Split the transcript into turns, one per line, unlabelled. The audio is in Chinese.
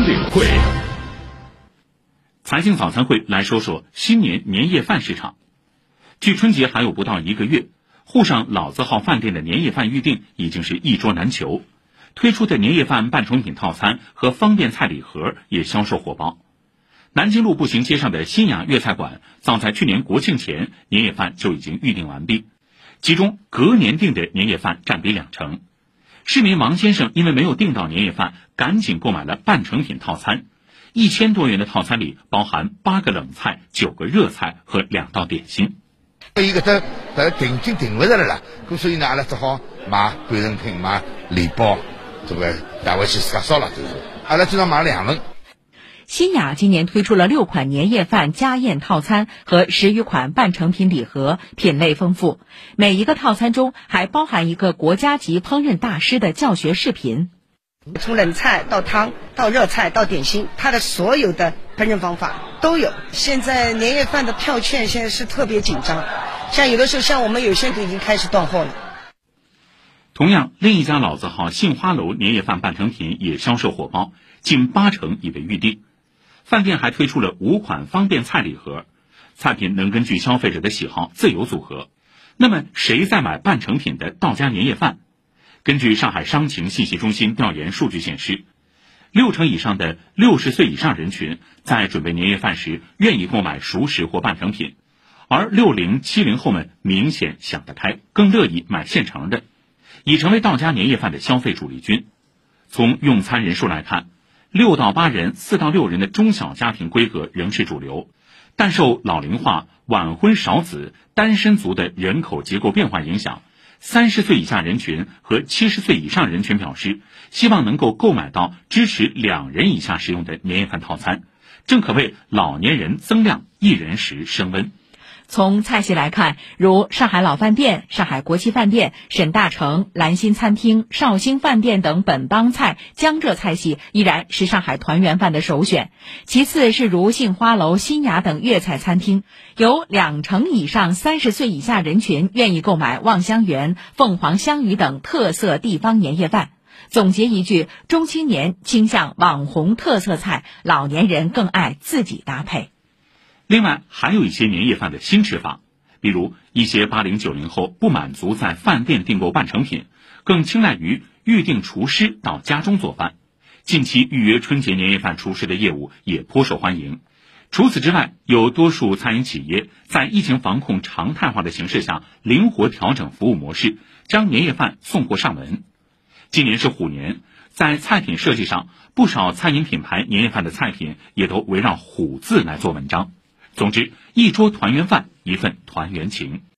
领会。财经早餐会来说说新年年夜饭市场。距春节还有不到1个月，沪上老字号饭店的年夜饭预订已经是一桌难求，推出的年夜饭半成品套餐和方便菜礼盒也销售火爆。南京路步行街上的新雅粤菜馆，早在去年国庆前，年夜饭就已经预订完毕，其中隔年订的年夜饭占比2成。市民王先生因为没有订到年夜饭，赶紧购买了半成品套餐，1000多元的套餐里包含8个冷菜、9个热菜和2道点心。
伊搿搭订金订勿着了啦，咁所以呢，阿拉只好买半成品、买礼包，这个带回去自家烧了就是。阿拉经常买了2份。
新雅今年推出了6款年夜饭家宴套餐和10余款半成品礼盒，品类丰富。每一个套餐中还包含一个国家级烹饪大师的教学视频。
从冷菜到汤到热菜到点心，它的所有的烹饪方法都有。现在年夜饭的票券现在是特别紧张，像有的时候像我们有些都已经开始断货了。
同样，另一家老字号杏花楼年夜饭半成品也销售火爆，近8成已被预订。饭店还推出了5款方便菜礼盒，菜品能根据消费者的喜好自由组合。那么谁在买半成品的到家年夜饭？根据上海商情信息中心调研数据显示，6成以上的60岁以上人群在准备年夜饭时愿意购买熟食或半成品，而60、70后们明显想得开，更乐意买现成的，已成为到家年夜饭的消费主力军。从用餐人数来看，6到8人、4到6人的中小家庭规格仍是主流，但受老龄化、晚婚少子、单身族的人口结构变化影响，30岁以下人群和70岁以上人群表示，希望能够购买到支持2人以下食用的年夜饭套餐，正可谓老年人增量，1人食升温。
从菜系来看，如上海老饭店、上海国际饭店、沈大成、兰心餐厅、绍兴饭店等本帮菜、江浙菜系依然是上海团圆饭的首选。其次是如杏花楼、新雅等粤菜餐厅，有2成以上30岁以下人群愿意购买望香园、凤凰香鱼等特色地方年夜饭。总结一句，中青年倾向网红特色菜，老年人更爱自己搭配。
另外还有一些年夜饭的新吃法，比如一些80、90后不满足在饭店订购半成品，更青睐于预定厨师到家中做饭。近期预约春节年夜饭厨师的业务也颇受欢迎。除此之外，有多数餐饮企业在疫情防控常态化的形势下，灵活调整服务模式，将年夜饭送货上门。今年是虎年，在菜品设计上，不少餐饮品牌年夜饭的菜品也都围绕虎字来做文章。总之，一桌团圆饭，一份团圆情。